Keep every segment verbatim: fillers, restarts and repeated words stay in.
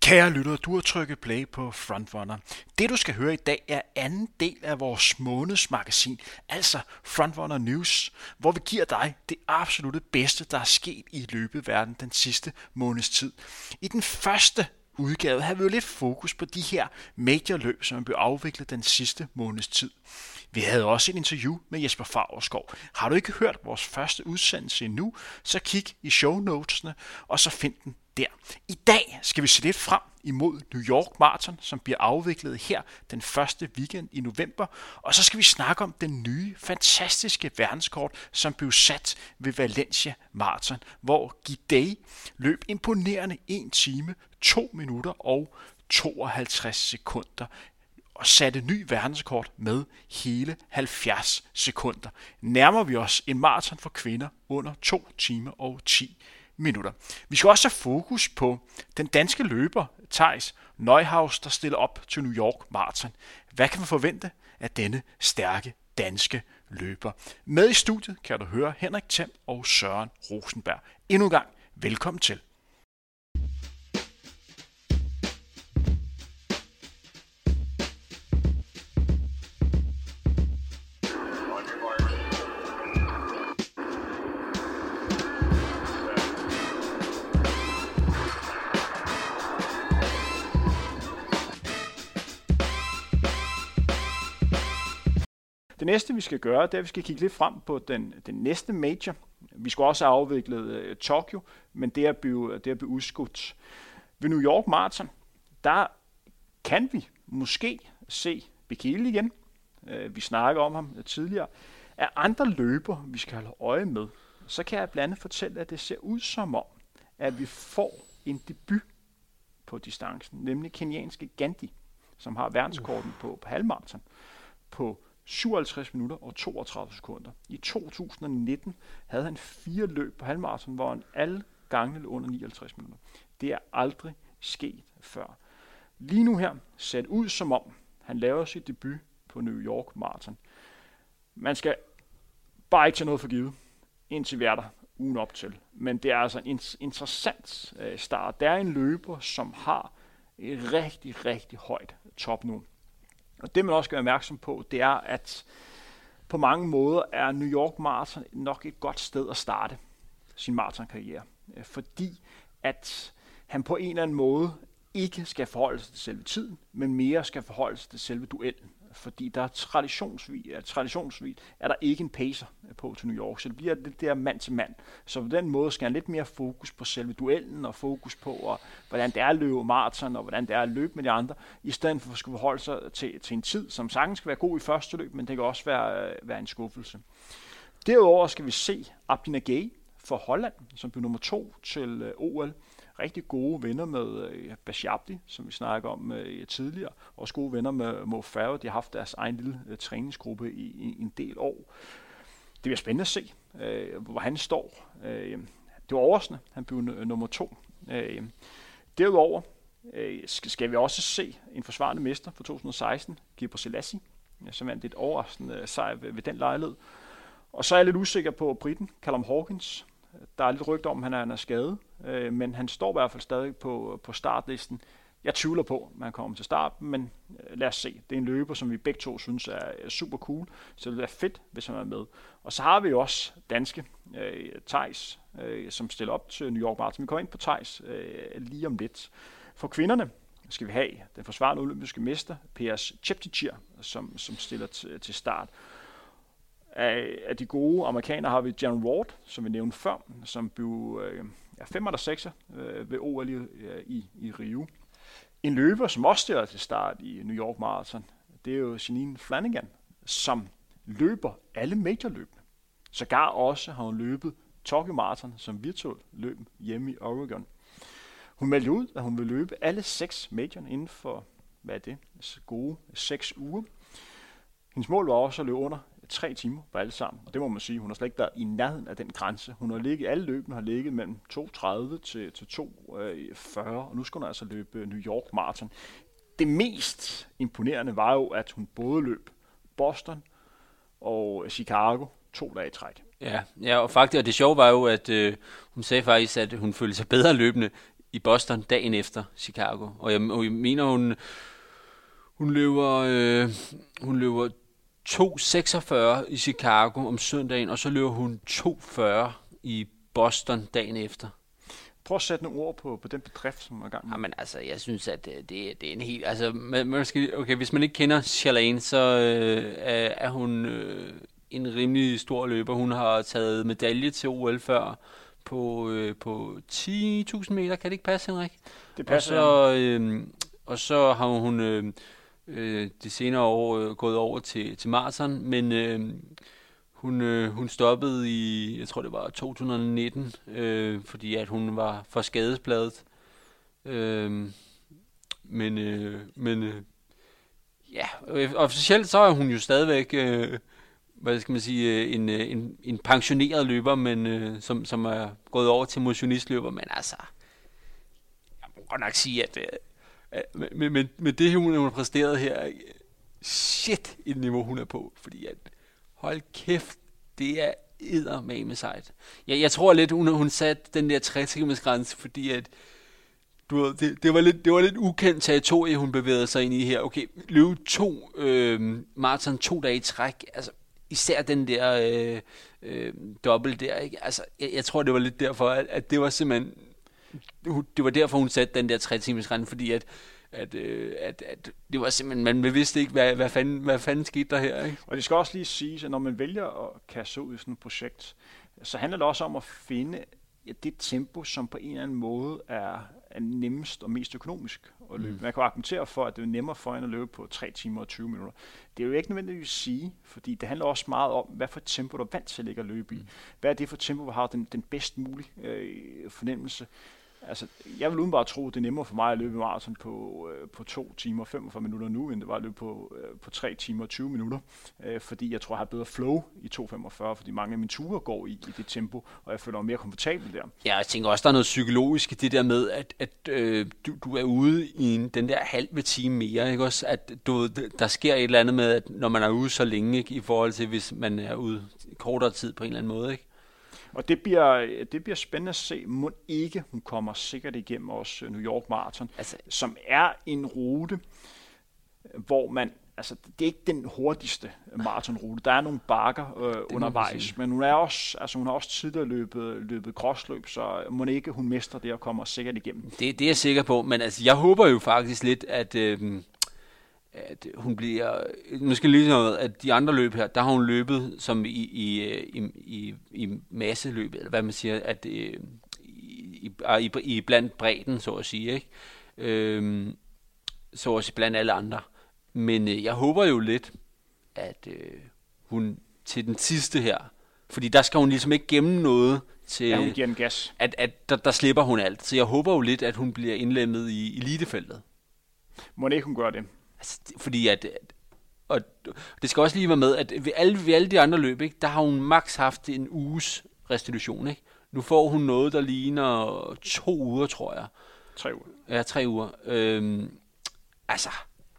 Kære lytter, du har trykket play på Frontrunner. Det du skal høre i dag er anden del af vores månedsmagasin, altså Frontrunner News, hvor vi giver dig det absolutte bedste, der er sket i løbeverdenen den sidste måneds tid. I den første udgave havde vi jo lidt fokus på de her majorløb, som blev afviklet den sidste måneds tid. Vi havde også et interview med Jesper Favrskov. Har du ikke hørt vores første udsendelse endnu, så kig i show notesene, og så find den der. I dag skal vi se lidt frem imod New York Marathon, som bliver afviklet her den første weekend i november. Og så skal vi snakke om den nye, fantastiske verdenskort, som blev sat ved Valencia Marathon, hvor Gidey løb imponerende en time, to minutter og tooghalvtreds sekunder. Og satte ny verdenskort med hele halvfjerds sekunder. Nærmer vi os en maraton for kvinder under to timer og ti minutter. Vi skal også have fokus på den danske løber, Theis Neuhaus, der stiller op til New York Marathon. Hvad kan man forvente af denne stærke danske løber? Med i studiet kan du høre Henrik Them og Søren Rosenberg. Endnu en gang, velkommen til. Det næste, vi skal gøre, det er, at vi skal kigge lidt frem på den, den næste major. Vi skal også have afviklet uh, Tokyo, men det er blevet, det er blevet udskudt. Ved New York Marathon, der kan vi måske se Bekele igen. Uh, vi snakker om ham tidligere. Af andre løber, vi skal holde øje med, så kan jeg blandt andet fortælle, at det ser ud som om, at vi får en debut på distancen, nemlig kenyanske Gandhi, som har verdensrekorden på, på halvmarathon på syvoghalvtreds minutter og toogtredive sekunder. I to tusind nitten havde han fire løb på halvmarathon, hvor han alle gange lå under nioghalvtreds minutter. Det er aldrig sket før. Lige nu her ser det ud som om, han laver sit debut på New York Marathon. Man skal bare ikke tage noget for givet, indtil vi er der ugen op til. Men det er altså en interessant start. Der er en løber, som har et rigtig, rigtig højt top nu. Og det man også skal være opmærksom på, det er, at på mange måder er New York Marathon nok et godt sted at starte sin maratonkarriere. Fordi at han på en eller anden måde ikke skal forholde sig til selve tiden, men mere skal forholde sig til selve duellen. Fordi der er traditionsvis, traditionsvis er der ikke en pacer på til New York, så det bliver det der mand til mand. Så på den måde skal han lidt mere fokus på selve duellen og fokus på, og, hvordan det er at løbe maraton og hvordan det er at løbe med de andre, i stedet for at skulle forholde sig til, til en tid, som sagtens skal være god i første løb, men det kan også være, være en skuffelse. Derudover skal vi se Abdi Nagay for Holland, som blev nummer to til O L. Rigtig gode venner med øh, Bashabdi, som vi snakker om øh, tidligere. Også gode venner med Mo Farah. De har haft deres egen lille øh, træningsgruppe i, i en del år. Det bliver spændende at se, øh, hvor han står. Øh, det var overraskende. Han blev n- nummer to. Øh, derudover øh, skal vi også se en forsvarende mester for to tusind seksten, Gebre Selassie, som vandt et overraskende sejr ved, ved den lejlighed. Og så er jeg lidt usikker på briten, Callum Hawkins. Der er lidt rygter om, at han er, han er skadet, øh, men han står i hvert fald stadig på, på startlisten. Jeg tvivler på, at han kommer til start, men øh, lad os se. Det er en løber, som vi begge to synes er, er super cool, så det er fedt, hvis han er med. Og så har vi jo også danske øh, Theis, øh, som stiller op til New York Marathon. Vi kommer ind på Theis øh, lige om lidt. For kvinderne skal vi have den forsvarende olympiske mester, Peres Jepchirchir, som, som stiller t- til start. Af de gode amerikanere har vi Jan Ward, som vi nævnte før, som blev øh, fem eller seks øh, ved O L i, i, i Rio. En løber, som også stiller til start i New York Marathon, det er jo Janine Flanagan, som løber alle majorløbene. Sågar også har hun løbet Tokyo Marathon som virtuelt løb hjemme i Oregon. Hun meldte ud, at hun vil løbe alle seks majorerne inden for, hvad er det, gode seks uger. Hendes mål var også at løbe under tre timer på alle sammen, og det må man sige, hun har slet ikke været i nærheden af den grænse. Hun har ligget, alle løbene har ligget mellem to tredive til, til to fyrre, og nu skal hun altså løbe New York Marathon. Det mest imponerende var jo, at hun både løb Boston og Chicago to dage i træk. Ja, ja, og faktisk, og det sjove var jo, at øh, hun sagde faktisk, at hun følte sig bedre løbende i Boston dagen efter Chicago. Og jeg, og jeg mener, hun, hun løber, øh, hun løber to seksogfyrre i Chicago om søndagen, og så løber hun to fyrre i Boston dagen efter. Prøv at sætte nogle ord på, på den bedrift, som er i gang med. Jamen altså, jeg synes, at det, det er en helt... Altså, man, man skal, okay, hvis man ikke kender Shalane, så øh, er, er hun øh, en rimelig stor løber. Hun har taget medalje til O L før på, øh, på ti tusind meter. Kan det ikke passe, Henrik? Det passer. Og så, øh, og så har hun øh, øh, de senere år øh, gået over til, til maraton, men... Øh, Hun, øh, hun stoppede i, jeg tror det var to tusind nitten, øh, fordi at hun var for skadesbladet. Øh, men øh, men øh, ja, officielt så er hun jo stadigvæk, øh, hvad skal man sige, en, en, en pensioneret løber, men øh, som, som er gået over til motionistløber. Men altså, jeg må godt nok sige, at, at med, med, med det hun har præsteret her, shit et niveau hun er på, fordi at hold kæft, det er eddermame sejt. Jeg, jeg tror lidt, hun, hun satte den der tre timers grænse, fordi at du ved, det, det, var lidt, det var lidt ukendt territorie, hun bevægede sig ind i her. Okay, løbe to øh, maraton to dage i træk, altså især den der øh, øh, dobbelt der, ikke? Altså, jeg, jeg tror, det var lidt derfor, at, at det var simpelthen, det var derfor, hun satte den der tre timers grænse, fordi at At, øh, at, at det var simpelthen, man vidste ikke, hvad, hvad, fanden, hvad fanden skete der her, ikke? Og det skal også lige sige, at når man vælger at kaste ud i sådan et projekt, så handler det også om at finde det tempo, som på en eller anden måde er, er nemmest og mest økonomisk at løbe. Mm. Man kan argumentere for, at det er nemmere for en at løbe på tre timer og tyve minutter. Det er jo ikke nødvendigvis at sige, fordi det handler også meget om, hvad for tempo du er vant til at ligge og løbe i. Hvad er det for tempo, hvor har den, den bedst mulige øh, fornemmelse? Altså, jeg vil udenbart tro, at det er nemmere for mig at løbe maraton på, øh, på to timer og femogfyrre minutter nu, end det var at løbe på, øh, på tre timer og tyve minutter. Øh, fordi jeg tror, jeg har bedre flow i to femogfyrre, fordi mange af mine ture går i, i det tempo, og jeg føler mig mere komfortabel der. Ja, jeg tænker også, der er noget psykologisk i det der med, at, at øh, du, du er ude i en, den der halve time mere, ikke også? At du, der sker et eller andet med, at når man er ude så længe, ikke, i forhold til, hvis man er ude kortere tid på en eller anden måde, ikke? Og det bliver, det bliver spændende at se, må ikke hun kommer sikkert igennem også New York Marathon, altså, som er en rute, hvor man, altså det er ikke den hurtigste maratonrute, der er nogle bakker øh, undervejs, men hun er også, altså hun har også tidligere løbet, løbet crossløb, så må ikke hun mester det og kommer sikkert igennem. Det, det er jeg sikker på, men altså jeg håber jo faktisk lidt, at øh, at hun bliver, nu skal lige noget, at de andre løb her, der har hun løbet som i, i, i, i, i masseløb, eller hvad man siger, at i, i, i, i blandt bredden, så at sige, ikke? Øhm, så at sige blandt alle andre. Men øh, jeg håber jo lidt, at øh, hun til den sidste her, fordi der skal hun ligesom ikke gemme noget til, ja, hun giver en gas. At, at der, der slipper hun alt. Så jeg håber jo lidt, at hun bliver indlemmet i elitefeltet. Må ikke hun gøre det? Altså, fordi at, og det skal også lige være med, at ved alle, ved alle de andre løb, ikke, der har hun maks haft en uges restitution, ikke? Nu får hun noget, der ligner to uger, tror jeg. Tre uger. Ja, tre uger. Øhm, altså,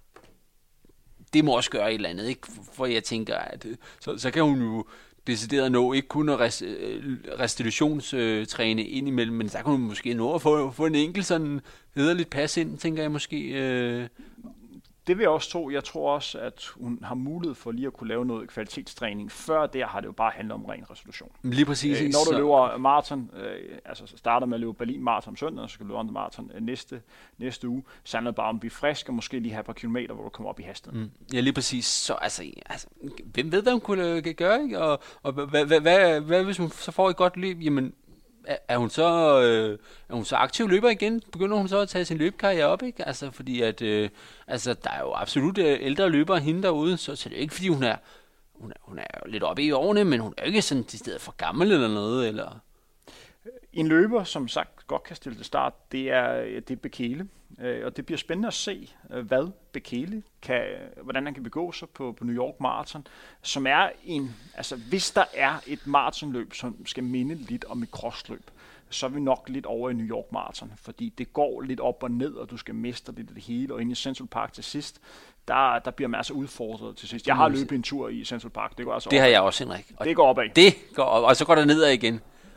det må også gøre et eller andet, ikke? For jeg tænker, at så, så kan hun jo decideret nå, ikke kun at rest, restitutionstræne ind imellem, men så kan hun måske nå at få, få en enkelt sådan hederligt pas ind, tænker jeg måske. Øh, Det vil jeg også tro. Jeg tror også, at hun har mulighed for lige at kunne lave noget kvalitetstræning. Før der har det jo bare handlet om ren resolution. Lige præcis. Øh, når du så løber maraton, øh, altså starter med at løbe Berlin maraton om søndag, og så skal du løbe andre maraton øh, næste, næste uge, så handler det bare om at blive frisk, og måske lige have et par kilometer, hvor du kommer op i hastighed. Mm. Ja, lige præcis. Så altså, altså, hvem ved, hvad hun kunne kan gøre, ikke? Og, og hvad, hvad, hvad, hvad hvis hun så får et godt løb? Jamen, er hun så øh, er hun så aktiv løber igen? Begynder hun så at tage sin løbekarriere op, ikke? Altså fordi at øh, altså der er jo absolut ældre løbere end hende derude, så, så det er ikke fordi hun er hun er, hun er lidt oppe i årene, men hun er jo ikke sådan til stedet for gammel eller noget eller. En løber, som sagt godt kan stille til start, det er det er Bekele, og det bliver spændende at se, hvad Bekele kan, hvordan han kan begå sig på, på New York Marathon, som er en, altså hvis der er et maratonløb, som skal minde lidt om et crossløb, så er vi nok lidt over i New York Marathon, fordi det går lidt op og ned, og du skal mestre lidt af det hele, og inde i Central Park til sidst, der, der bliver man altså udfordret til sidst. Jeg har løbet en tur i Central Park, det går altså Det opad. har jeg også, Henrik. Og det går opad. Det går op, og så går der nedad igen.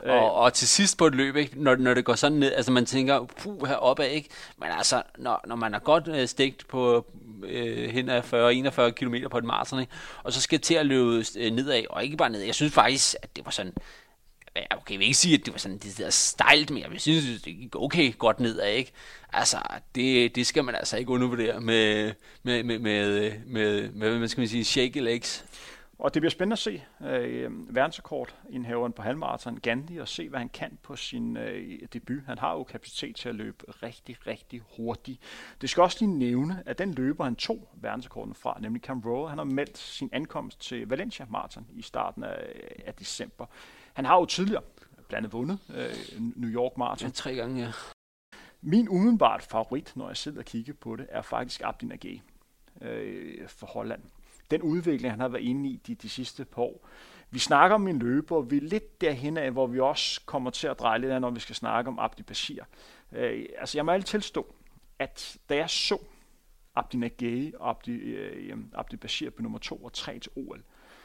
Og, og til sidst på et løb, ikke? Når, når det går sådan ned, altså man tænker, puh, heroppe ikke? Men altså, når, når man er godt øh, stegt på øh, hen af fyrre til enogfyrre kilometer på et maraton, ikke? Og så skal til at løbe øh, nedad, og ikke bare nedad. Jeg synes faktisk, at det var sådan, okay, jeg vil ikke sige, at det var sådan det der stejlt, men jeg synes, det gik okay godt nedad, ikke? Altså, det, det skal man altså ikke undervurdere med, med, med, med, med, med hvad skal man sige, shaky legs. Og det bliver spændende at se øh, verdensrekordindhaveren på halvmarathon, Gandhi, og se, hvad han kan på sin øh, debut. Han har jo kapacitet til at løbe rigtig, rigtig hurtigt. Det skal også lige nævne, at den løber, han tog verdensrekorden fra, nemlig Cam Rowe, han har meldt sin ankomst til Valencia Marathon i starten af, af december. Han har jo tidligere blandt andet vundet øh, New York Marathon. Ja, tre gange, ja. Min umiddelbart favorit, når jeg sidder og kigger på det, er faktisk Abdi Nagay øh, for Holland. Den udvikling, han har været inde i de, de sidste par år. Vi snakker om en løber, vi er lidt derhen af, hvor vi også kommer til at dreje lidt af, når vi skal snakke om Abdi Bashir. Øh, altså, jeg må altid tilstå, at da jeg så Abdi Nagay og Abdi, øh, Abdi Bashir på nummer to og tre til O L,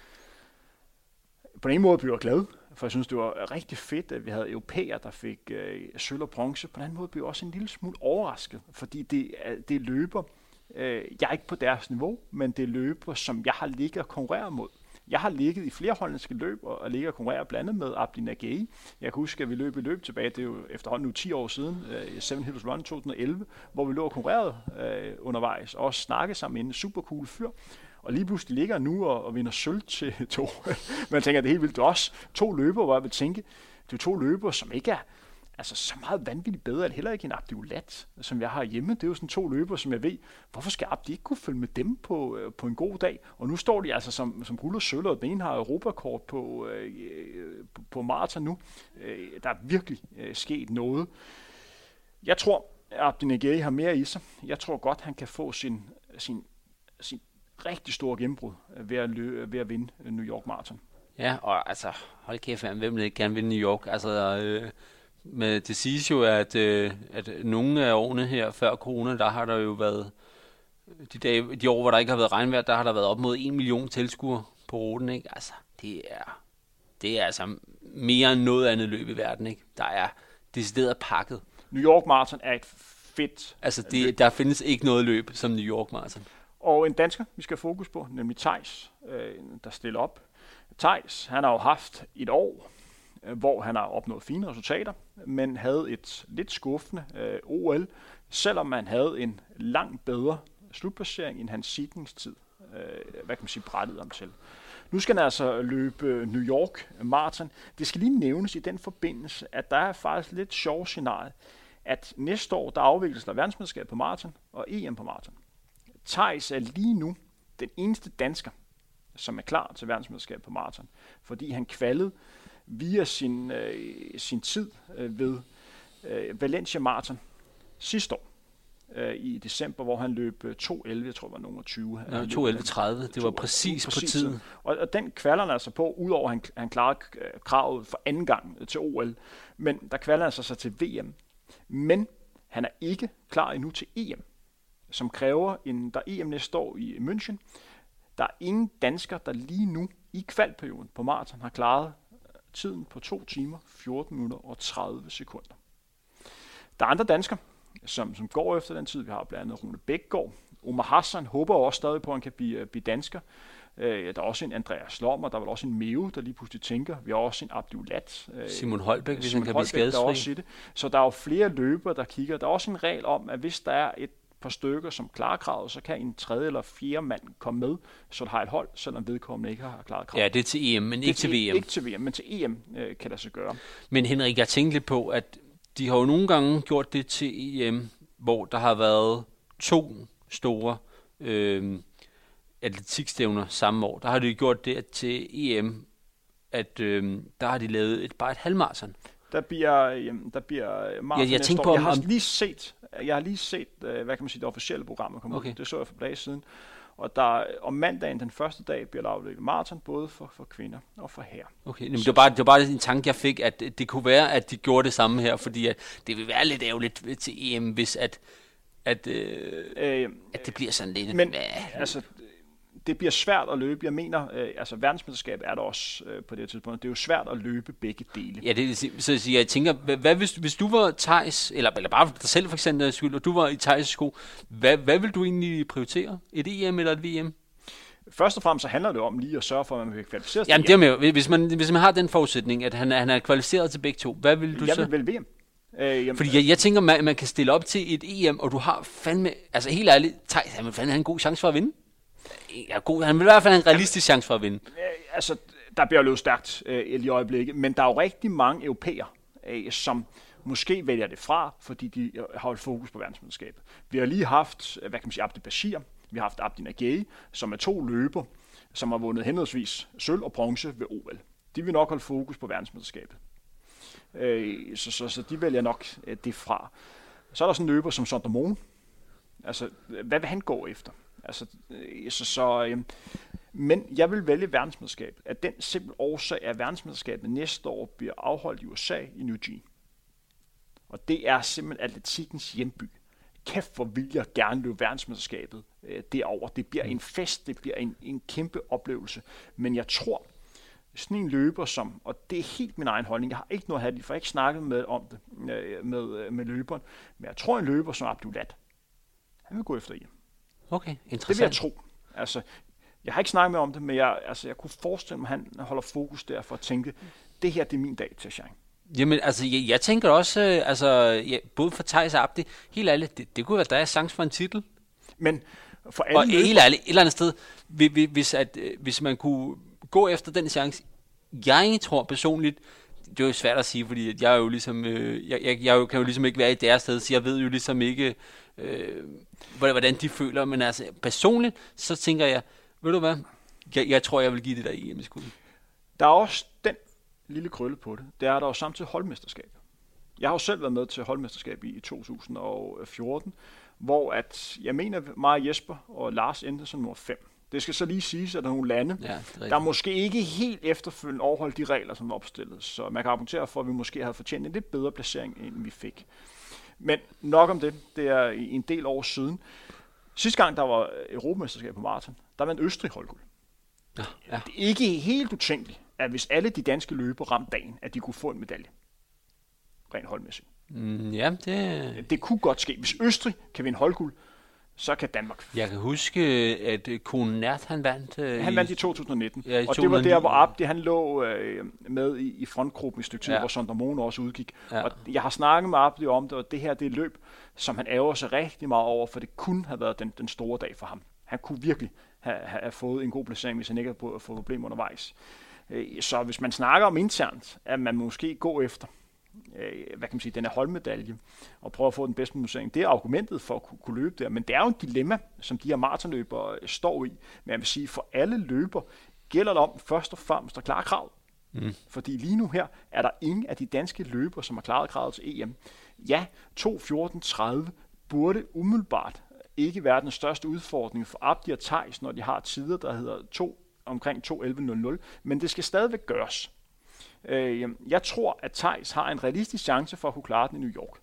på en måde blev jeg glad, for jeg synes, det var rigtig fedt, at vi havde europæer, der fik øh, sølv og bronze. På den anden måde blev jeg også en lille smule overrasket, fordi det, det løber, øh, jeg er ikke på deres niveau, men det løber, som jeg har ligget og konkurreret mod. Jeg har ligget i flere hollandske løb og, og ligget og konkurreret blandet med Abdi Nagay. Jeg kan huske, at vi løb i løb tilbage, det er jo efterhånden nu ti år siden, øh, Seven Hills Run to tusind og elleve, hvor vi lå og konkurrerede øh, undervejs, og også snakkede sammen med en super cool fyr. Og lige pludselig ligger nu og, og vinder sølv til to. Man tænker, at det er helt vildt. Det er også to løber, hvor jeg vil tænke, det er to løber, som ikke er altså, så meget vanvittigt bedre, eller heller ikke en Abdi Ulat, som jeg har hjemme. Det er jo sådan to løber, som jeg ved, hvorfor skal Abdi ikke kunne følge med dem på, øh, på en god dag? Og nu står de altså som, som guld og sølv, og den ene har europakort på, øh, på, på maraton nu. Øh, der er virkelig øh, sket noget. Jeg tror, at Abdi Nagay har mere i sig. Jeg tror godt, han kan få sin, sin, sin rigtig stor gennembrud ved at, løbe, ved at vinde New York Marathon. Ja, og altså, hold kæft, hvem vil ikke gerne vinde New York? Altså, øh, med, det siges jo, at, øh, at nogle af årene her før corona, der har der jo været, de, dage, de år, hvor der ikke har været regnvejr, der har der været op mod en million tilskuere på ruten, ikke? Altså, det er, det er altså mere end noget andet løb i verden, ikke? Der er decideret pakket. New York Marathon er et fedt Altså, det, der findes ikke noget løb som New York Marathon. Og en dansker, vi skal have fokus på, nemlig Theis, øh, der stiller op. Theis, han har jo haft et år, øh, hvor han har opnået fine resultater, men havde et lidt skuffende øh, O L, selvom man havde en langt bedre slutplacering end hans seedningstid. Øh, hvad kan man sige, brættede ham til. Nu skal han altså løbe New York Marathon. Det skal lige nævnes i den forbindelse, at der er faktisk lidt sjovt scenarie, at næste år, der afvikles der verdensmesterskab på maraton og E M på maraton. Theis er lige nu den eneste dansker, som er klar til verdensmesterskab på maraton, fordi han kvalede via sin, øh, sin tid øh, ved øh, Valencia Marathon sidste år øh, i december, hvor han løb to elleve, jeg tror det var nummer tyve. Ja, to elleve tredive, det var præcis, præcis på tiden. Og, og den kvalder han altså på, udover at han, han klarede kravet for anden gang til O L, men der kvalder han altså sig til V M. Men han er ikke klar endnu til E M, som kræver en, der er E M næste år i München. Der er ingen dansker, der lige nu i kvalperioden på maraton har klaret tiden på to timer, fjorten minutter og tredive sekunder. Der er andre danskere, som, som går efter den tid. Vi har blandt andet Rune Bækgaard. Omar Hassan håber også stadig på, at han kan blive, blive dansker. Øh, der er også en Andreas Lommer, der er vel også en Meo, der lige pludselig tænker. Vi har også en Abdi Ulat. Øh, Simon Holbæk, hvis han kan Holbæk, blive skadesfri. Det. Så der er jo flere løbere, der kigger. Der er også en regel om, at hvis der er et par stykker, som klarer kravet, så kan en tredje eller fjerde mand komme med, så du har et hold, selvom vedkommende ikke har klaret kravet. Ja, det er til E M, men ikke til V M. Ikke til V M, men til E M øh, kan det så gøre. Men Henrik, jeg tænkte lidt på, at de har jo nogle gange gjort det til E M, hvor der har været to store øh, atletikstævner samme år. Der har de gjort det til E M, at øh, der har de lavet et, bare et halvmarathon. Der bliver, jamen, der bliver maraton ja, jeg tænkte på, jeg har om, lige set, jeg har lige set, hvad kan man sige, det officielle program komme okay. ud. Det så jeg for dage siden. Og der om mandagen, den første dag, bliver der afviklet maraton, både for, for kvinder og for herrer. Okay, men det var, bare, det var bare en tanke, jeg fik, at det kunne være, at de gjorde det samme her, fordi at det vil være lidt ærgerligt til E M, hvis at, at, øh, øh, at det bliver sådan lidt... Men altså, det bliver svært at løbe. Jeg mener, øh, altså verdensmesterskab er der også øh, på det tidspunkt. Det er jo svært at løbe begge dele. Ja, det, så, så jeg tænker, hvad, hvad hvis, hvis du var Theis, eller, eller bare dig selv for eksempel skyld, og du var i Theis' sko, hvad, hvad vil du egentlig prioritere? Et E M eller et V M? Først og fremmest så handler det om lige at sørge for, at man kan kvalificere sig. Jamen det er med, hvis man, hvis man har den forudsætning, at han er, han er kvalificeret til begge to, hvad vil du jeg så? Jeg vil vel V M. Øh, jamen, Fordi jeg, jeg tænker, man, man kan stille op til et E M, og du har fandme, altså helt ærligt, Theis, han vil fandme have en god chance for at vinde. Ja, god, han vil i hvert fald have en realistisk chance for at vinde. Øh, altså, der bliver løbet stærkt øh, i øjeblikket, men der er jo rigtig mange europæere, øh, som måske vælger det fra, fordi de har holdt fokus på verdensmesterskabet. Vi har lige haft, hvad kan man sige, Abdi Bashir, vi har haft Abdi Nagay, som er to løber, som har vundet henholdsvis sølv og bronze ved O L. De vil nok holde fokus på verdensmesterskabet. Øh, så, så, så de vælger nok øh, det fra. Så er der sådan en løber som Sander Mohn. Altså, hvad vil han gå efter? Altså, øh, så, så, øh, men jeg vil vælge verdensmesterskabet. Af den simple årsag, at verdensmesterskabet næste år bliver afholdt i U S A i Eugene. Og det er simpelthen atletikkens hjemby. Kæft, hvor vil jeg gerne løbe verdensmesterskabet øh, derovre. Det bliver en fest, det bliver en, en kæmpe oplevelse. Men jeg tror, sådan en løber som, og det er helt min egen holdning, jeg har ikke noget at have det, for jeg har ikke snakket med om det øh, med, med løberen, men jeg tror en løber som Abdulat, han vil gå efter hjem. Okay, interessant. Det vil jeg tro. Altså, jeg har ikke snakket med om det, men jeg, altså, jeg kunne forestille mig, at han holder fokus der for at tænke, det her det er min dag til at shine. Jamen, altså, jeg, jeg tænker også, øh, altså, ja, både for Theis og Abdi, helt ærligt, det, det kunne være, der er chance for en titel. Men for alle og løber, helt ærligt, et eller andet sted, hvis, at, hvis man kunne gå efter den chance, jeg tror personligt, det er jo svært at sige, fordi jeg er jo ligesom, øh, jeg, jeg, jeg kan jo ligesom ikke være i deres sted, så jeg ved jo ligesom ikke, øh, hvordan de føler, men altså personligt, så tænker jeg, ved du hvad, jeg, jeg tror, jeg vil give det der E M-skud. Der er også den lille krølle på det, det er der jo samtidig holdmesterskab. Jeg har jo selv været med til holdmesterskab i to tusind og fjorten, hvor at, jeg mener, mig og Jesper og Lars endte som nummer fem. Det skal så lige siges, at der er nogle lande, ja, der måske ikke helt efterfølgende overholdt de regler, som var opstillet. Så man kan argumentere for, at vi måske havde fortjent en lidt bedre placering, end vi fik. Men nok om det. Det er en del år siden. Sidste gang, der var Europamesterskab på maraton, der var en Østrig holdguld. Ja, ja. Det er ikke helt utænkeligt, at hvis alle de danske løber ramte dagen, at de kunne få en medalje. Rent holdmæssigt. Mm, ja, det... Det kunne godt ske. Hvis Østrig kan vinde holdguld, så kan Danmark. Jeg kan huske, at Kohnert, han vandt... Øh, han vandt i to tusind nitten, ja, i og det var der, hvor Abdi, han lå øh, med i, i frontgruppen i stykke tid, ja. Hvor Sander Mohn også udgik. Ja. Og jeg har snakket med Abdi om det, og det her det er løb, som han ærger sig rigtig meget over, for det kunne have været den, den store dag for ham. Han kunne virkelig have, have fået en god placering, hvis han ikke havde fået problemer undervejs. Så hvis man snakker om internt, at man måske går efter hvad kan man sige, den her holdmedalje, og prøve at få den bedste placering. Det er argumentet for at kunne, kunne løbe der, men det er jo et dilemma, som de her maratonløbere står i. Men jeg vil sige, for alle løber gælder det om først og fremmest at klare kravet. Mm. Fordi lige nu her er der ingen af de danske løbere, som har klaret kravet til E M. Ja, to fjorten tredive burde umiddelbart ikke være den største udfordring for Abdi og Theis, når de har tider, der hedder to, omkring to elleve nul nul, men det skal stadigvæk gøres. Jeg tror, at Theis har en realistisk chance for at kunne klare den i New York.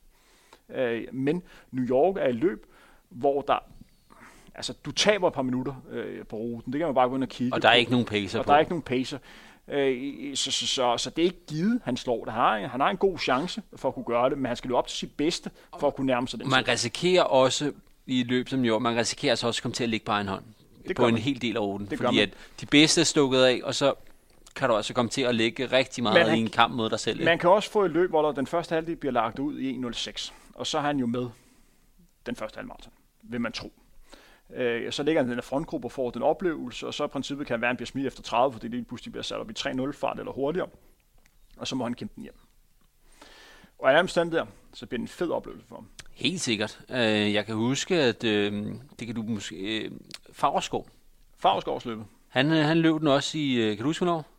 Men New York er et løb, hvor der, altså du taber et par minutter på ruten. Det kan man bare gå ind og kigge. Og der er på. ikke nogen pacer og på. der er ikke nogen pacer. Så, så, så, så det er ikke givet, han slår det. Han har, han har en god chance for at kunne gøre det, men han skal løbe op til sit bedste for at kunne nærme sig den. Man risikerer også i et løb som New York, man risikerer så også at komme til at ligge på egen hånd. Det på en hel del af ruten. Det fordi at de bedste er stukket af, og så kan du også komme til at lægge rigtig meget han, i en kamp mod dig selv. Man kan også få et løb, hvor der den første halvdel bliver lagt ud i en nul seks, og så er han jo med den første halvmaraton, vil man tro. Øh, så ligger han i den her frontgruppe og får den oplevelse, og så i princippet kan han være, han bliver smidt efter tredive, fordi det lige pludselig bliver sat op i tre nul fart eller hurtigere, og så må han kæmpe den hjem. Og i anden der, så bliver det en fed oplevelse for ham. Helt sikkert. Øh, jeg kan huske, at øh, det kan du måske... Øh, Favrskov. Favrskov-løbet. Han, han løb den også i... Øh, kan du huske, hvornår?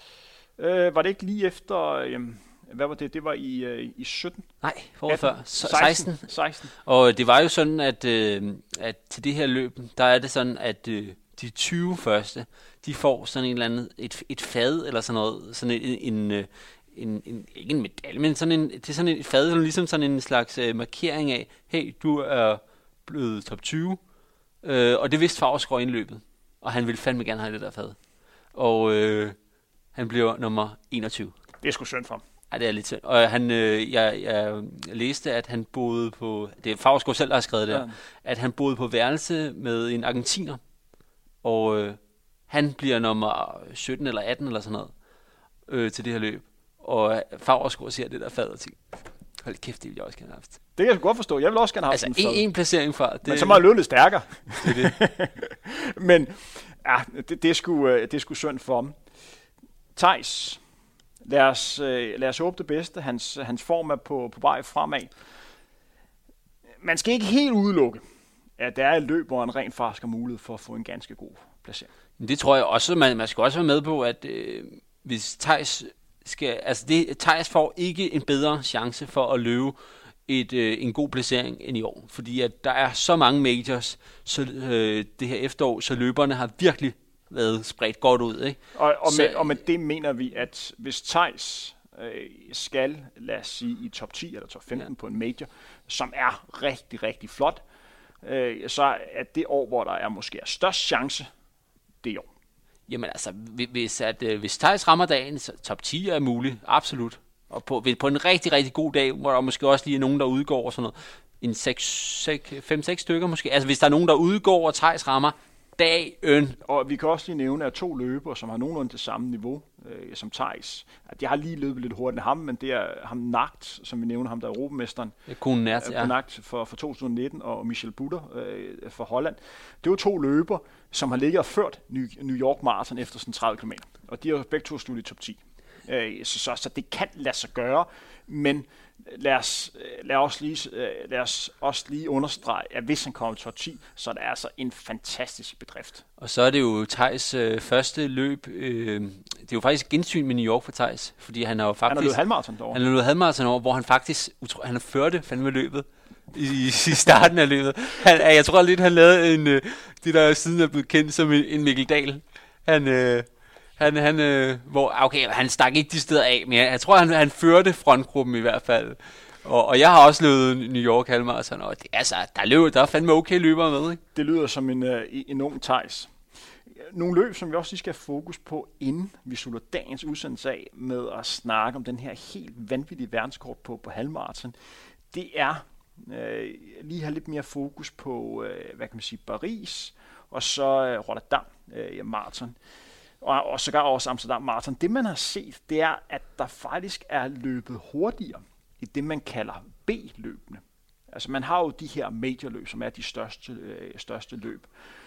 Øh, var det ikke lige efter... Øh, hvad var det? Det var i, øh, i sytten? Nej, foråret før. seksten. seksten. Og det var jo sådan, at, øh, at til det her løb, der er det sådan, at øh, de tyve første, de får sådan en eller anden... Et, et fad eller sådan noget. Sådan en... en, en En, en, ikke en medalje, men sådan en, det er sådan et fad, ligesom sådan en slags øh, markering af, hey, du er blevet top tyve, øh, og det vidste Favrskov indløbet. og han ville fandme gerne have det der fad. Og øh, han bliver nummer enogtyve. Det er sgu synd for ham. Ja, det er lidt synd. Og han, øh, jeg, jeg læste, at han boede på, det er Favrskov selv, der har skrevet det, ja. At han boede på værelse med en argentiner, og øh, han bliver nummer sytten eller atten eller sådan noget øh, til det her løb. Og Favrskov siger det der fad og tænker, hold kæft, det vil jeg også gerne have haft. Det kan jeg godt forstå. Jeg vil også gerne have altså, haft en fad. en placering fra. Det, men så må jeg løbe lidt stærkere. Det er det. Men ja, det, det, er sgu, det er sgu synd for ham. Theis, lad os, lad os håbe det bedste. Hans, hans form er på, på vej fremad. Man skal ikke helt udelukke, at der er et løb, hvor han rent faktisk har mulighed for at få en ganske god placering. Det tror jeg også. Man, man skal også være med på, at øh, hvis Theis skal, altså det, Theis får ikke en bedre chance for at løbe et, øh, en god placering end i år. Fordi at der er så mange majors så, øh, det her efterår, så løberne har virkelig været spredt godt ud. Ikke? Og, og, så, med, og med det mener vi, at hvis Theis øh, skal, lad os sige, i top ti eller top femten ja. På en major, som er rigtig, rigtig flot, øh, så er det år, hvor der er måske er størst chance, det år. Jamen altså, hvis, at, øh, hvis Theis rammer dagen, så top ti er muligt, absolut. Og på, på en rigtig, rigtig god dag, hvor der måske også lige er nogen, der udgår og sådan noget, en fem seks stykker måske. Altså hvis der er nogen, der udgår, og Theis rammer dagen. Og vi kan også lige nævne, at to løbere, som har nogenlunde det samme niveau øh, som Theis, at de har lige løbet lidt hurtigt end ham, men det er ham Nagt, som vi nævner, ham der er europamesteren. Ja, Koen Nert, ja. Nagt for, for to tusind nitten, og Michel Butter øh, for Holland. Det er jo to løbere, som har ligget og ført New York Marathon efter sådan tredive kilometer. Og de har jo begge to sluttet i top ti. Øh, så, så, så det kan lade sig gøre, men lad os, lad os, lige, lad os også lige understrege, at hvis han kommer til top ti, så er det altså en fantastisk bedrift. Og så er det jo Theis øh, første løb. Øh, det er jo faktisk gensyn med New York for Theis, fordi han har jo faktisk... Han har løbet halvmarathon derovre. Han har løbet halvmarathon derovre, hvor han faktisk... Han har ført fandme løbet i, i starten af løbet. Han, jeg tror lidt, han lavede en... Øh, det der siden er blevet kendt som en, en Mikkel Dahl. Han... Øh, Han, han, øh, hvor, okay, han stak ikke de steder af, men jeg, jeg tror, han, han førte frontgruppen i hvert fald. Og, og jeg har også løbet New York halvmarathon, og det, altså, der, løb, der er fandme okay løbere med, ikke? Det lyder som en, uh, en ung Theis. Nogle løb, som vi også lige skal have fokus på, inden vi slutter dagens udsendelse af med at snakke om den her helt vanvittige verdenskort på, på halvmarathon, det er uh, lige have lidt mere fokus på, uh, hvad kan man sige, Paris, og så uh, Rotterdam uh, marathon. Og, og sågar også Amsterdam Marathon. Det man har set, det er, at der faktisk er løbet hurtigere i det, man kalder B-løbene. Altså man har jo de her majorløb, som er de største, øh, største løb.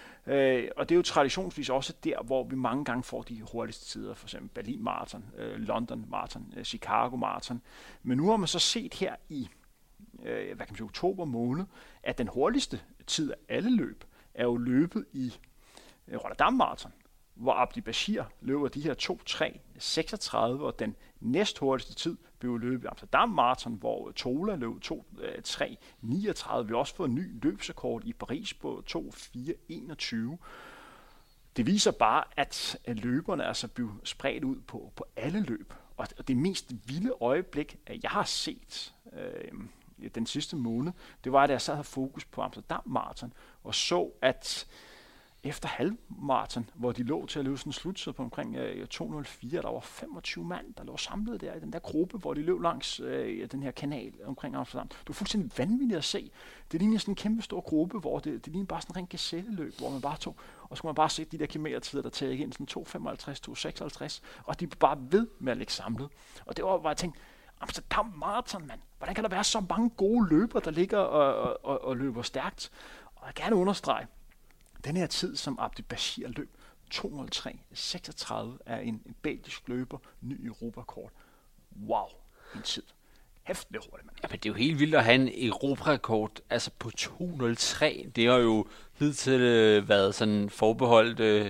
Øh, og det er jo traditionsvis også der, hvor vi mange gange får de hurtigste tider, for eksempel Berlin Marathon, øh, London Marathon, øh, Chicago Marathon. Men nu har man så set her i øh, hvad kan man sige, oktober måned, at den hurtigste tid af alle løb er jo løbet i øh, Rotterdam Marathon, hvor Abdi Bashir løber de her to tre seksogtredive, og den næsthurtigste tid blev løbet i Amsterdam Marathon, hvor Tola løb to tre niogtredive. Vi har også fået en ny løbsrekord i Paris på to fire enogtyve. Det viser bare, at løberne er altså blevet spredt ud på, på alle løb. Og det mest vilde øjeblik, jeg har set øh, den sidste måned, det var, at jeg sad og havde fokus på Amsterdam Marathon, og så, at efter halvmarathon, hvor de lå til at løbe sådan en sluttid på omkring øh, to nul fire, der var femogtyve mand, der lå samlet der i den der gruppe, hvor de løb langs øh, den her kanal omkring Amsterdam. Det var fuldstændig vanvittigt at se. Det lignede sådan en kæmpe stor gruppe, hvor det, det lignede bare sådan en ren gazeleløb, hvor man bare tog, og så kunne man bare se de der kilometertider, der tager ind, sådan to femoghalvtreds, to seksoghalvtreds, og de blev bare ved med at ligge samlet. Og det var, hvor jeg tænkte, Amsterdam Marathon, mand. Hvordan kan der være så mange gode løbere, der ligger og, og, og, og løber stærkt? Og jeg gerne understrege, den her tid, som Abdi Bashir løb, to nul tre seksogtredive, er en, en belgisk løber, ny Europakort. Wow, en tid. Hæftigt hurtigt, mand. Ja, men det er jo helt vildt at have en Europarekord, altså på to nul tre. Det har jo hidtil øh, været sådan forbeholdt øh,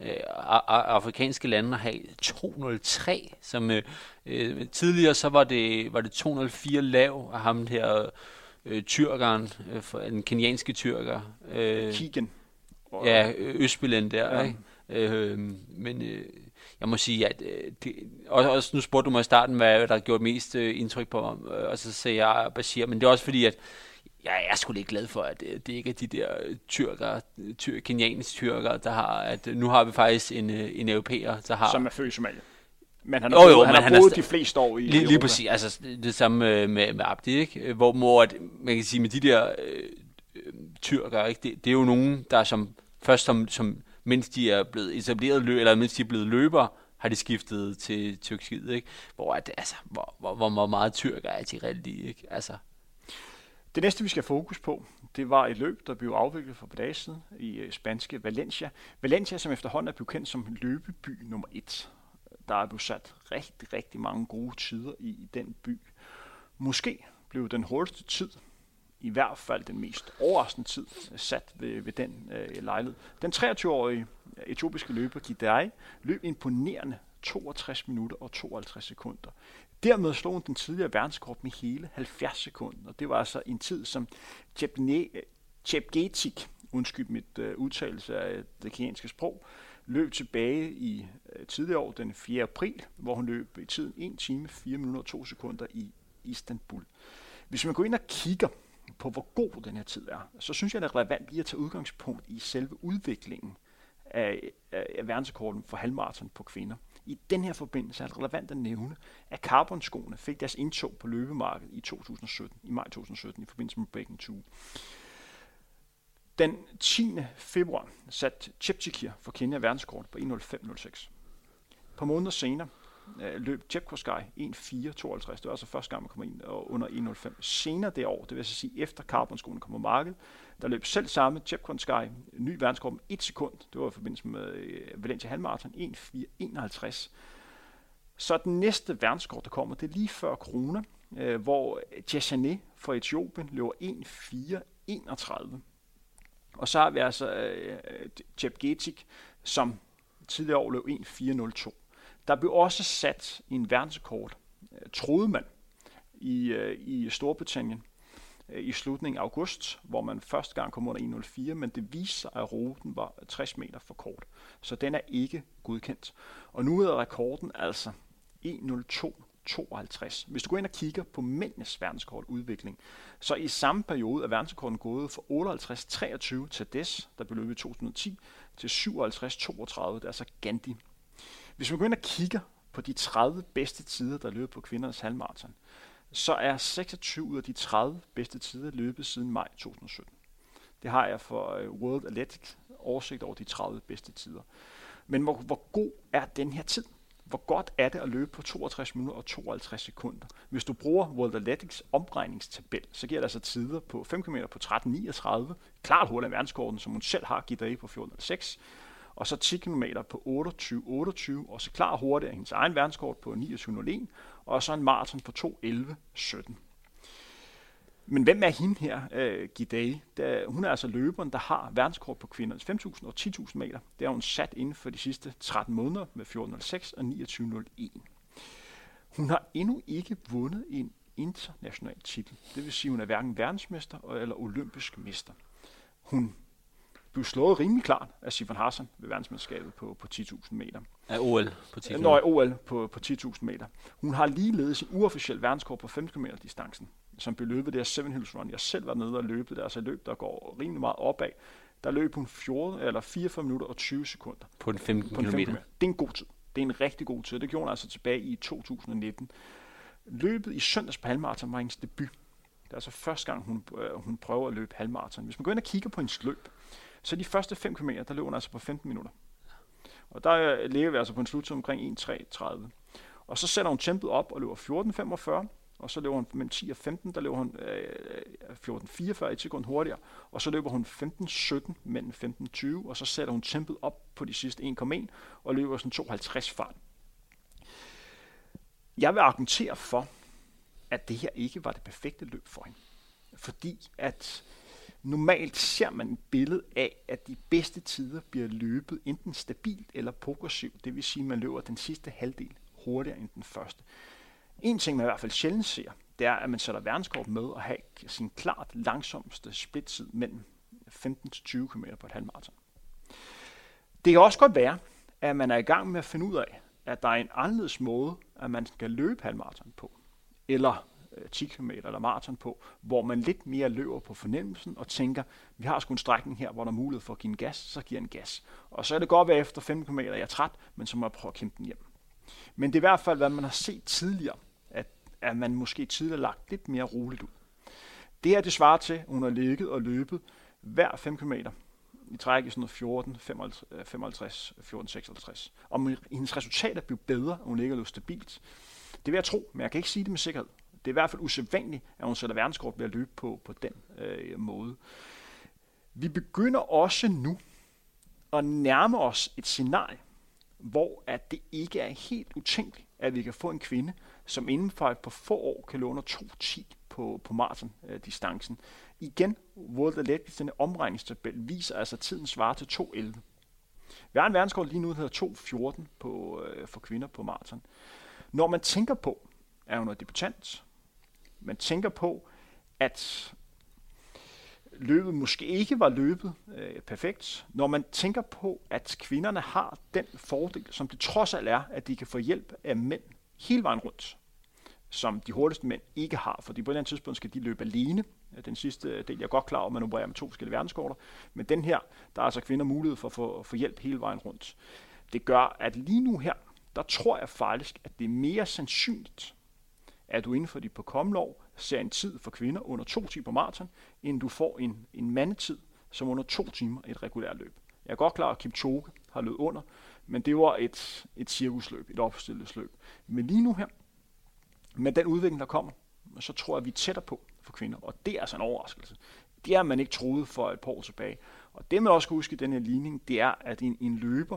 afrikanske lande at have to nul tre. Som øh, øh, tidligere så var det, var det to nul fire lav af ham her øh, tyrkeren, øh, den kenyanske tyrker. Øh, Keegan. Ja, Østbillend der, ja. Ikke? Øh, men øh, jeg må sige, at øh, det, også, også nu spurgte du mig i starten, hvad der har gjort mest øh, indtryk på mig, øh, og så sagde jeg Bashir, men det er også fordi, at jeg er sgu lidt glad for, at det, det ikke er de der tyrker, tyr, kenianske tyrker, der har, at nu har vi faktisk en, en europæer, der har... Som er født i Somalia. Men han har jo, boet, jo, han men har han boet er, de fleste år i lige, Europa. lige præcis, altså det samme med, med Abdi, ikke? Hvor må, at, man kan sige, med de der øh, tyrker, ikke? Det, det er jo nogen, der som først som, som mens de er blevet etableret løb, eller mens de er blevet løbere, har de skiftet til Tyrkiet, ikke? Hvor, at, altså, hvor, hvor, hvor meget tyrker er de reelt i, ikke? Altså. Det næste, vi skal have fokus på, det var et løb, der blev afviklet for et par dage siden i uh, spanske Valencia. Valencia, som efterhånden er blevet kendt som løbeby nummer et. Der er blevet sat rigtig, rigtig mange gode tider i, i den by. Måske blev den hurtigste tid, i hvert fald den mest overraskende tid, sat ved, ved den uh, lejlighed. Den treogtyve-årige etiopiske løber Gidey løb imponerende toogtres minutter og tooghalvtreds sekunder. Dermed slog hun den tidligere verdenskort med hele halvfjerds sekunder. Det var altså en tid, som Chepgetic, undskyld mit uh, udtalelse af det kenyanske sprog, løb tilbage i uh, tidligere år, den fjerde april, hvor hun løb i tiden en time, fire minutter og to sekunder i Istanbul. Hvis man går ind og kigger på, hvor god den her tid er, så synes jeg, det er relevant lige at tage udgangspunkt i selve udviklingen af, af, af verdensrekorden for halvmarathon på kvinder. I den her forbindelse er det relevant at nævne, at Carbon-skoene fik deres indtog på løbemarkedet i to tusind sytten, i maj to tusind sytten, i forbindelse med Breaking Two. Den tiende februar satte Cheptegei for Kenya verdensrekord på en nul fem nul seks. På måneder senere øh, løb Chepkosgei en fire tooghalvtreds. Det var altså første gang, man kom ind under en nul fem. Senere det år, det vil altså sige efter Carbon-skoene kom på markedet, der løb selv samme Chepkosgei ny verdensrekord med et sekund. Det var i forbindelse med øh, Valencia halvmarathon en fire enoghalvtreds. Så den næste verdensrekord, der kommer, det er lige før corona, øh, hvor Tjessane fra Etiopien løber en fire enogtredive. Og så har vi altså øh, Chepgetic, som tidligere år løb en fire nul to. Der blev også sat en verdensrekord, øh, troede man, i, øh, i Storbritannien øh, i slutningen af august, hvor man første gang kom under en nul fire, men det viste sig, at ruten var tres meter for kort. Så den er ikke godkendt. Og nu er rekorden altså en nul to tooghalvtreds. Hvis du går ind og kigger på mændenes verdensrekordudvikling, så i samme periode er verdensrekorden gået fra otteoghalvtreds treogtyve til Des, der blev løbet i to tusind og ti, til syvoghalvtreds toogtredive, det er altså Gandhi. Hvis man går ind og kigger på de tredive bedste tider, der løb på kvindernes halvmarathon, så er seksogtyve ud af de tredive bedste tider løbet siden maj to tusind og sytten. Det har jeg for World Athletics oversigt over de tredive bedste tider. Men hvor, hvor god er den her tid? Hvor godt er det at løbe på toogtres minutter og tooghalvtreds sekunder? Hvis du bruger World Athletics omregningstabel, så giver det altså tider på fem kilometer på tretten niogtredive, klart hurtigere verdensrekorden, som hun selv har givet af på fjorten nul seks, og så ti kilometer på otteogtyve otteogtyve, og så klar hurtigere hendes egen verdenskort på niogtyve nul en, og så en maraton på to elleve sytten. Men hvem er hende her, uh, Gidey? Hun er altså løberen, der har verdenskort på kvindernes fem tusind og ti tusind meter. Det har hun sat inden for de sidste tretten måneder med fjorten nul seks og niogtyve nul en. Hun har endnu ikke vundet en international titel. Det vil sige, at hun er hverken verdensmester eller olympisk mester. Hun blev slået rimelig klart af Sifan Hassan ved verdensmesterskabet på, på ti tusind meter. Af O L på ti tusind. Nå, O L på, på ti tusind meter. Hun har ligeledes en uofficiel verdenskort på fem kilometer distancen, som blev løbet der Seven Hills Run. Jeg selv var nede og løbet der, altså løb, der går rimelig meget opad. Der løb hun fjorten, eller fireogfyrre minutter og tyve sekunder. På en femten kilometer. Det er en god tid. Det er en rigtig god tid. Det gjorde hun altså tilbage i to tusind og nitten. Løbet i søndags på halvmarathon var hendes debut. Det er altså første gang, hun, øh, hun prøver at løbe halvmarathon. Hvis man går ind og kigger på hendes løb, så de første fem kilometer, der løber hun altså på femten minutter. Og der lever vi altså på en sluttid omkring en tre tredive. Og så sætter hun tempet op og løber fjorten femogfyrre. Og så løber hun mellem ti og femten, der løber hun øh, fjorten fireogfyrre, et sekund hurtigere. Og så løber hun femten sytten mellem femten tyve, og så sætter hun tempet op på de sidste en komma en og løber sådan tooghalvtreds fart. Jeg vil argumentere for, at det her ikke var det perfekte løb for hende. Fordi at normalt ser man et billede af, at de bedste tider bliver løbet enten stabilt eller progressivt. Det vil sige, at man løber den sidste halvdel hurtigere end den første. En ting, man i hvert fald sjældent ser, det er, at man sætter verdenskort med at have sin klart langsomste splittid mellem femten til tyve kilometer på et halvmarathon. Det kan også godt være, at man er i gang med at finde ud af, at der er en anderledes måde, at man skal løbe halvmarathon på. Eller ti kilometer eller maraton på, hvor man lidt mere løber på fornemmelsen og tænker, vi har sgu en strækning her, hvor der er mulighed for at give en gas, så giver en gas. Og så er det godt være efter fem kilometer, jeg er træt, men så må jeg prøve at kæmpe den hjem. Men det er i hvert fald, hvad man har set tidligere, at, at man måske tidligere lagt lidt mere roligt ud. Det her, det svarer til, at hun har ligget og løbet hver fem kilometer i træk i sådan noget fjorten, femoghalvtreds, fjorten, seksoghalvtreds. Om hendes resultater bliver bedre, og hun ligger lidt stabilt, det vil jeg tro, men jeg kan ikke sige det med sikkerhed. Det er i hvert fald usædvanligt, at hun sætter verdenskort ved at løbe på, på den øh, måde. Vi begynder også nu at nærme os et scenarie, hvor at det ikke er helt utænkeligt, at vi kan få en kvinde, som inden for et par få år kan løbe under to ti på, på maratondistancen. Igen, World Athletics, denne omregningstabel, viser altså, at tiden svarer til to elleve. Vi har en verdenskort lige nu, der hedder to fjorten på, øh, for kvinder på maraton. Når man tænker på, at hun er debutant, man tænker på, at løbet måske ikke var løbet øh, perfekt, når man tænker på, at kvinderne har den fordel, som det trods alt er, at de kan få hjælp af mænd hele vejen rundt, som de hurtigste mænd ikke har, fordi på et eller andet tidspunkt skal de løbe alene. Den sidste del, jeg er godt klar over, at man opererer med to forskellige verdenskorter, men den her, der er altså kvinder mulighed for at få, få hjælp hele vejen rundt. Det gør, at lige nu her, der tror jeg faktisk, at det er mere sandsynligt, at du inden for de på kommende år ser en tid for kvinder under to timer på maraton, end du får en, en mandetid, som under to timer i et regulært løb. Jeg er godt klar, at Kipchoge har løbet under, men det var et, et cirkusløb, et opstillet løb. Men lige nu her, med den udvikling, der kommer, så tror jeg, at vi er tættere på for kvinder, og det er altså en overraskelse. Det er man ikke troet for et par år tilbage. Og det man også skal huske i den her ligning, det er, at en, en løber,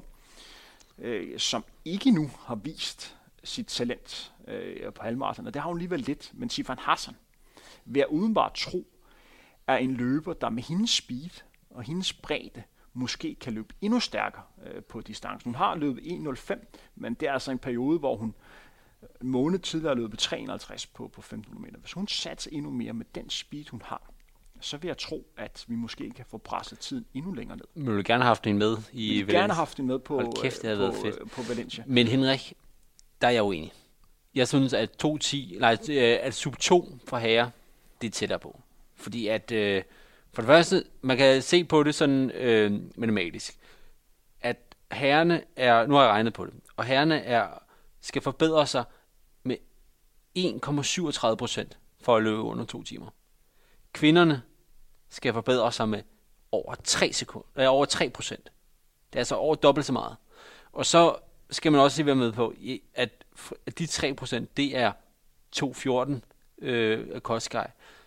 øh, som ikke nu har vist sit talent øh, på halvmaraton, og det har hun alligevel lidt, men Sifan Hassan, vil jeg udenbart tro, er en løber, der med hendes speed og hendes bredde måske kan løbe endnu stærkere øh, på distancen. Hun har løbet en nul fem, men det er altså en periode, hvor hun en måned tidligere løbet tre enoghalvtreds på, på femten kilometer. Hvis hun satser endnu mere med den speed, hun har, så vil jeg tro, at vi måske kan få presset tiden endnu længere ned. Men du ville gerne have haft en med i Vi Valencia. gerne have haft en med på, kæft, det på, fedt. på Valencia. Men Henrik, der er jeg uenig. Jeg synes, at to ti, nej, at sub to for herrer, det er tættere på. Fordi at, øh, for det første, man kan se på det sådan øh, matematisk, at herrerne er, nu har jeg regnet på det, og herrerne er, skal forbedre sig med en komma syvogtredive procent for at løbe under to timer. Kvinderne skal forbedre sig med over tre sekunder, øh, over tre procent. Det er altså over dobbelt så meget. Og så skal man også lige være med på, at de tre procent, det er to fjorten øh, af Koskaj,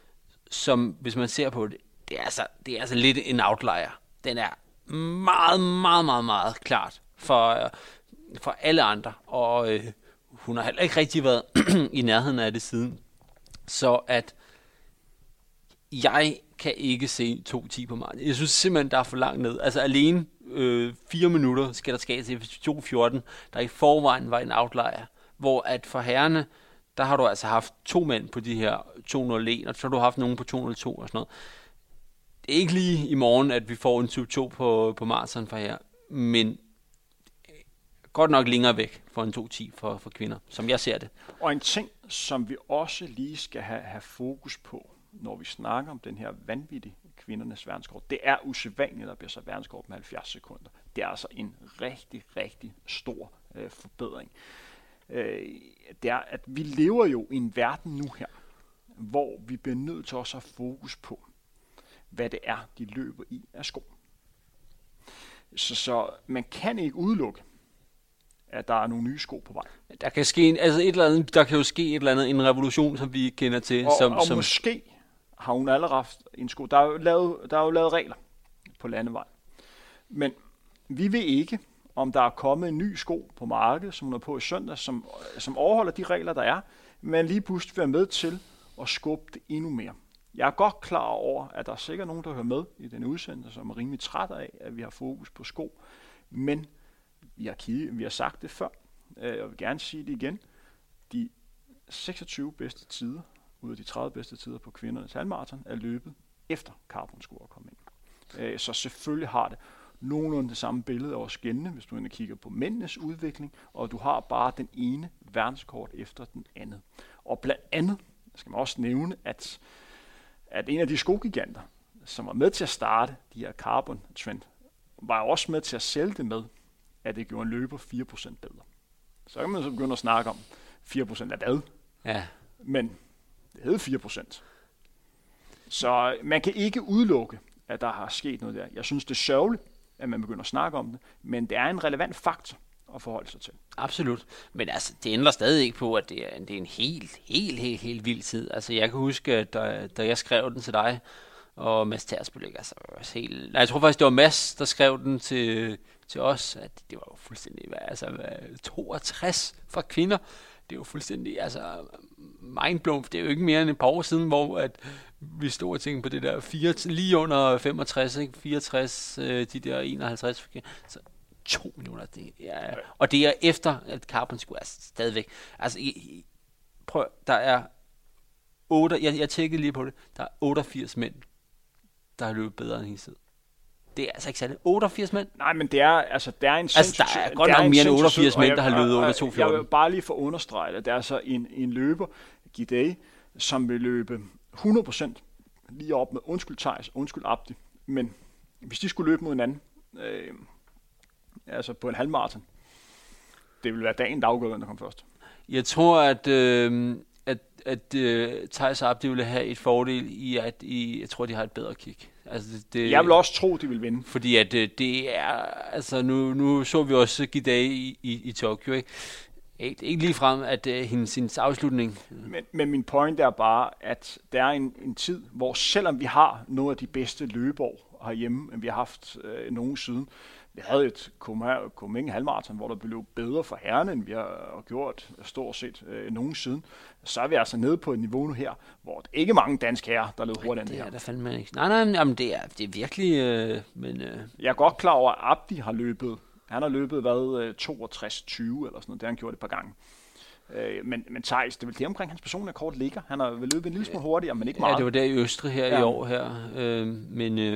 som hvis man ser på det, det er, altså, det er altså lidt en outlier. Den er meget, meget, meget, meget klart for, for alle andre, og øh, hun har heller ikke rigtig været i nærheden af det siden. Så at jeg kan ikke se to ti på marken. Jeg synes simpelthen, der er for langt ned. Altså alene øh, fire minutter skal der ske til to fjorten, der i forvejen var en outlier. Hvor at for herrerne, der har du altså haft to mænd på de her to nul en, og så har du haft nogen på to nul to og sådan noget. Det er ikke lige i morgen, at vi får en sub to på, på maraton for her, men godt nok længere væk for en to ti for, for kvinder, som jeg ser det. Og en ting, som vi også lige skal have, have fokus på, når vi snakker om den her vanvittige kvindernes verdenskort, det er usædvanligt, at der bliver så verdenskort med halvfjerds sekunder. Det er altså en rigtig, rigtig stor øh, forbedring. Øh, det er, at vi lever jo i en verden nu her, hvor vi bliver nødt til også at have fokus på, hvad det er, de løber i af sko. Så, så man kan ikke udelukke, at der er nogle nye sko på vej. Der kan ske, altså et eller andet, der kan jo ske et eller andet, en revolution, som vi kender til. Og, som, og som måske har hun allerede haft en sko. Der er jo lavet, der er jo lavet regler på landevej. Men vi ved ikke, om der er kommet en ny sko på markedet, som hun er på i søndag, som, som overholder de regler, der er, men lige pludselig være med til at skubbe det endnu mere. Jeg er godt klar over, at der er sikkert nogen, der hører med i den udsendelse, som er rimelig træt af, at vi har fokus på sko, men vi har, kigget, vi har sagt det før, og jeg vil gerne sige det igen. De seksogtyve bedste tider ud af de tredive bedste tider på kvindernes halvmaraton er løbet efter carbonsko er kommet ind. Så selvfølgelig har det nogenlunde det samme billede over skændende, hvis du ender kigger på mændenes udvikling, og du har bare den ene verdenskort efter den anden. Og blandt andet skal man også nævne, at, at en af de skogiganter, som var med til at starte de her carbon trend, var også med til at sælge det med, at det gjorde en løber fire procent bedre. Så kan man så begynde at snakke om fire procent af hvad. Ja. Men det hed fire procent. Så man kan ikke udelukke, at der har sket noget der. Jeg synes, det er sørgeligt, at man begynder at snakke om det, men det er en relevant faktor at forholde sig til. Absolut. Men altså, det ændrer stadig ikke på, at det er, det er en helt, helt, helt, helt vild tid. Altså, jeg kan huske, at da, da jeg skrev den til dig, og Mads Tersbøl, altså, helt... Nej, jeg tror faktisk, det var Mads, der skrev den til, til os, at det var jo fuldstændig, altså, toogtres for kvinder. Det er jo fuldstændig, altså, mindblown. Det er jo ikke mere end et par år siden, hvor at vi stod og tænkte på det der fire, lige under femogtres, ikke? fireogtres, øh, de der enoghalvtreds. Så to millioner, det er, og det er efter, at Carbon skulle er stadigvæk. Altså, I, I, prøv, der er otte, jeg, jeg tjekkede lige på det, der er otteogfirs mænd, der har løbet bedre end hendes tid. Det er altså ikke særligt. otteogfirs mænd? Nej, men det er, altså, der er en altså, der er godt nok mere end otteogfirs mænd, der har løbet under to fjorten. Jeg vil bare lige få understreget, at der er så en, en løber, Gidey, som vil løbe hundrede procent lige op med undskyld Theis, undskyld Abdi. Men hvis de skulle løbe mod hinanden, øh, altså på en halvmarathon, det vil være dagen, der afgør, hvem der kommer først. Jeg tror, at, øh, at, at øh, Theis og Abdi ville have et fordel i, at I, jeg tror, de har et bedre kick. Altså, det, det, jeg vil også tro, de vil vinde. Fordi at øh, det er, altså nu, nu så vi også Gidey i, i, i Tokyo, ikke? Ikke, ikke lige frem, at uh, hendes, hendes afslutning... Men, men min point er bare, at der er en, en tid, hvor selvom vi har nogle af de bedste løbeår herhjemme, end vi har haft øh, nogen siden, vi havde et Copenhagen halvmarathon, hvor der blev bedre for herrene, end vi har gjort stort set øh, nogen siden. Så er vi altså nede på et niveau nu her, hvor det ikke er mange danske herrer, der løb hurtigt end det her. Det er der fandme ikke. Nej, nej, jamen det er, det er virkelig... Øh, men, øh. Jeg er godt klar over, at Abdi har løbet... Han har løbet, hvad, toogtres tyve eller sådan noget. Det har han gjort et par gange. Øh, men, men Theis, det er vel det omkring hans personlige kort ligger. Han har vel løbet en lille smule hurtigere, men ikke meget. Ja, det var der i Østrig her ja. i år her. Øh, men øh,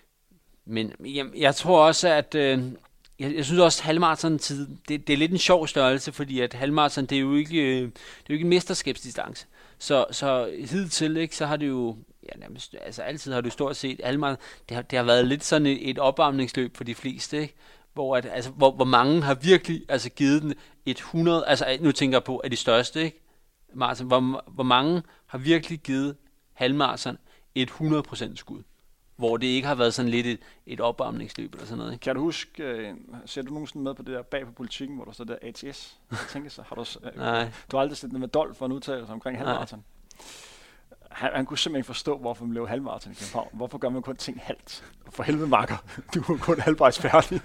men jeg, jeg tror også, at... Øh, jeg, jeg synes også, at halvmarathon-tid, det, det er lidt en sjov størrelse, fordi at halvmarathon, det er jo ikke, øh, det er jo ikke en mesterskabsdistance. Så, så hidtil, ikke, så har det jo... Ja, nærmest, altså altid har du stort set halvmarathon. Det har, det har været lidt sådan et, et opvarmningsløb for de fleste, ikke? Hvor, at, altså, hvor, hvor mange har virkelig altså, givet den et hundrede, altså nu tænker jeg på, at de største, ikke? Marathon, hvor, hvor mange har virkelig givet halvmarathon et hundrede procent skud, hvor det ikke har været sådan lidt et, et opvarmningsløb eller sådan noget, ikke? Kan du huske, øh, ser du nogensinde med på det der bag på politikken, hvor der står der A T S? Jeg tænker så, har du, øh, Nej. du har aldrig set den med Dolf for en udtalelse omkring halvmarathon? Han, han kunne simpelthen ikke forstå, hvorfor man blev halvmarathon i København. Hvorfor gør man kun ting halvt? For helvede, makker, du er kun halvvejs færdig.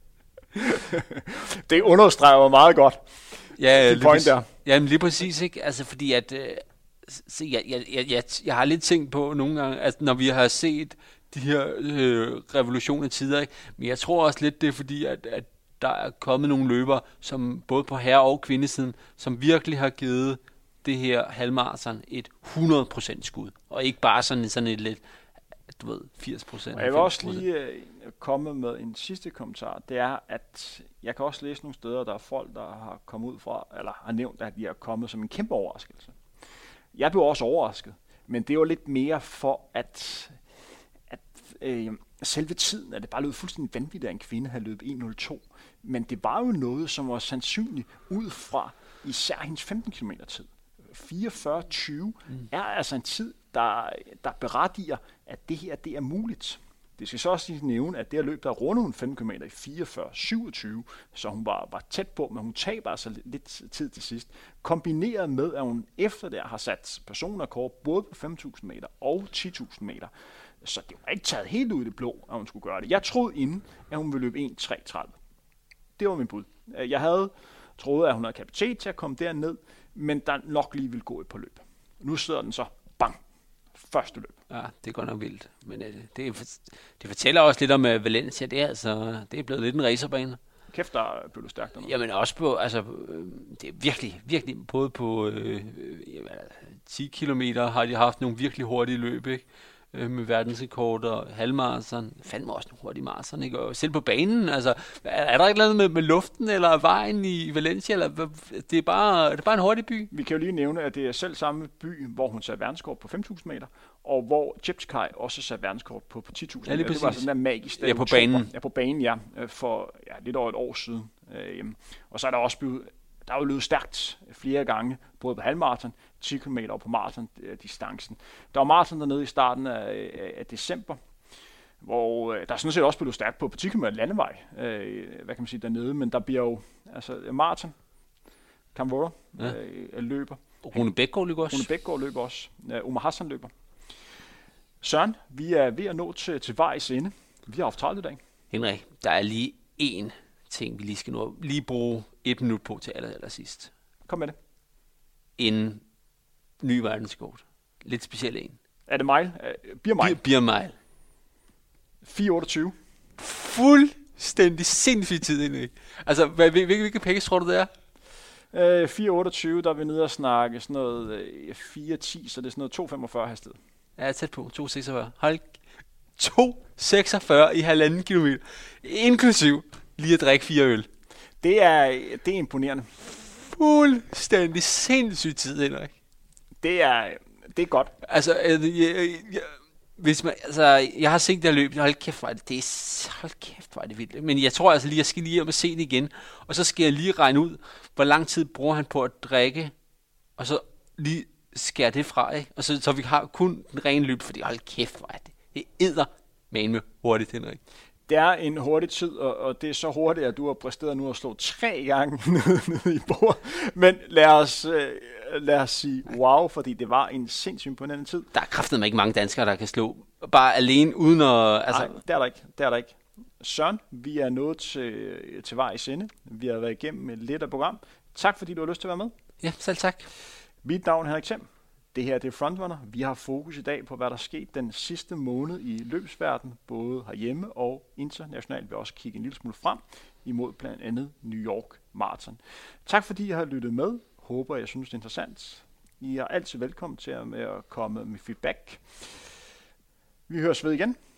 Det understreger mig meget godt. Ja, de point der. Jamen lige præcis, ikke? Altså fordi at øh, se, jeg, jeg, jeg, jeg, jeg har lidt tænkt på nogle gange, at når vi har set de her øh, revolutioner tider, ikke? Men jeg tror også lidt det er fordi at, at der er kommet nogle løbere, som både på herre- og kvindesiden, som virkelig har givet det her halvmarathon et hundrede procent skud, og ikke bare sådan, sådan et lidt, du ved, firs procent. Jeg vil også lige øh, komme med en sidste kommentar. Det er, at jeg kan også læse nogle steder, der er folk, der har kommet ud fra, eller har nævnt, at de er kommet som en kæmpe overraskelse. Jeg blev også overrasket, men det var lidt mere for, at, at øh, selve tiden, at det bare lød fuldstændig vanvittigt, at en kvinde havde løbet en nul to. Men det var jo noget, som var sandsynligt ud fra især hendes femten kilometer tid. fireogfyrre tyve mm. er altså en tid, der, der berettiger, at det her det er muligt. Det skal så også lige nævne, at det her løb, der rundede hun femten kilometer i fireogfyrre syvogtyve, så hun var, var tæt på, men hun taber altså lidt, lidt tid til sidst. Kombineret med, at hun efter det har sat personrekord både på fem tusind meter og ti tusind meter. Så det var ikke taget helt ud i det blå, at hun skulle gøre det. Jeg troede inden, at hun ville løbe en tre tredive. Det var min bud. Jeg havde troet, at hun havde kapacitet til at komme derned, men der nok lige vil gå et par løb. Nu sidder den så, bang, første løb. Ja, det er godt nok vildt. Men uh, det, det fortæller også lidt om uh, Valencia. Det er, altså, det er blevet lidt en racerbane. Kæft, der blev du stærkt dernede. Jamen også på, altså, øh, det er virkelig, virkelig, både på øh, øh, ti kilometer har de haft nogle virkelig hurtige løb, ikke? øh, med verdensrekord og halvmarathon. Fandme også en hurtig marathon, ikke? Og selv på banen, altså, er, er der ikke noget med, med luften eller vejen i Valencia? Eller, det, er bare, det er bare en hurtig by. Vi kan jo lige nævne, at det er selv samme by, hvor hun satte verdenskort på fem tusind meter, og hvor Cheptegei også satte verdenskort på, på ti tusind ja, meter. Det var sådan en magisk dag. Ja, på banen. Ja, på banen, ja, for ja, lidt over et år siden. Øh, og så er der også blevet, der er jo løbet stærkt flere gange, både på halvmarathon, ti kilometer og på marathon-distancen. Der var marathon dernede i starten af, af, af december, hvor øh, der er sådan set også blevet stærkt på, på ti kilometer landevej, øh, hvad kan man sige, dernede, men der bliver jo, altså marathon, Kamvora ja. øh, løber. Rune Bækgaard løber også. Rune Bækgaard løber også. Uh, Omar Hassan løber. Søren, vi er ved at nå til, til vejs ende. Vi har haft travlt i dag. Henrik, der er lige én ting, vi lige skal nå lige bruge et minut på til aller, aller sidst. Kom med det. En ny verdenskort. Lidt speciel en. Er det mile? Uh, Beer mile? Beer mile. fire otteogtyve. Fuldstændig sindssygt tid, Henrik. Altså, hvilke, hvilke penge tror du, det er? Uh, fire otteogtyve, der er vi nede og snakke sådan noget uh, fire ti, så det er sådan noget to femogfyrre hastighed. Ja, tæt på. to seksogfyrre. Hold. to seksogfyrre i halvanden kilometer. Inklusiv lige at drikke fire øl. Det er, det er imponerende. Fuldstændig sindssygt tid, Henrik. Det er, det er godt. Altså, jeg, jeg, jeg, hvis man, altså, jeg har set det løb. Hold kæft, hvor er det, det er, hold kæft, hvor er det vildt. Men jeg tror altså lige, jeg skal lige hjem og se det igen. Og så skal jeg lige regne ud, hvor lang tid bruger han på at drikke. Og så lige skære det fra, ikke? Og så, så vi har kun den rene løb, fordi hold kæft, hvor er det. Det æder man med hurtigt, Henrik. Det er en hurtig tid, og, og det er så hurtigt, at du har præsteret nu at slå tre gange ned, ned i bordet. Men lad os, øh, lad os sige wow, fordi det var en sindssygt imponerende tid. Der er kraftedeme ikke mange danskere, der kan slå bare alene uden at... Altså... Nej, det er der ikke. Det er der ikke. Søren, vi er nået til, til vejs ende. Vi har været igennem et lidt af program. Tak fordi du har lyst til at være med. Ja, selv tak. Mit navn er Henrik Thiem. Det her det er Frontrunner. Vi har fokus i dag på, hvad der er sket den sidste måned i løbsverdenen, både herhjemme og internationalt. Vi vil også kigge en lille smule frem imod blandt andet New York Marathon. Tak fordi I har lyttet med. Håber, jeg synes, det er interessant. I er altid velkommen til at komme med feedback. Vi høres ved igen.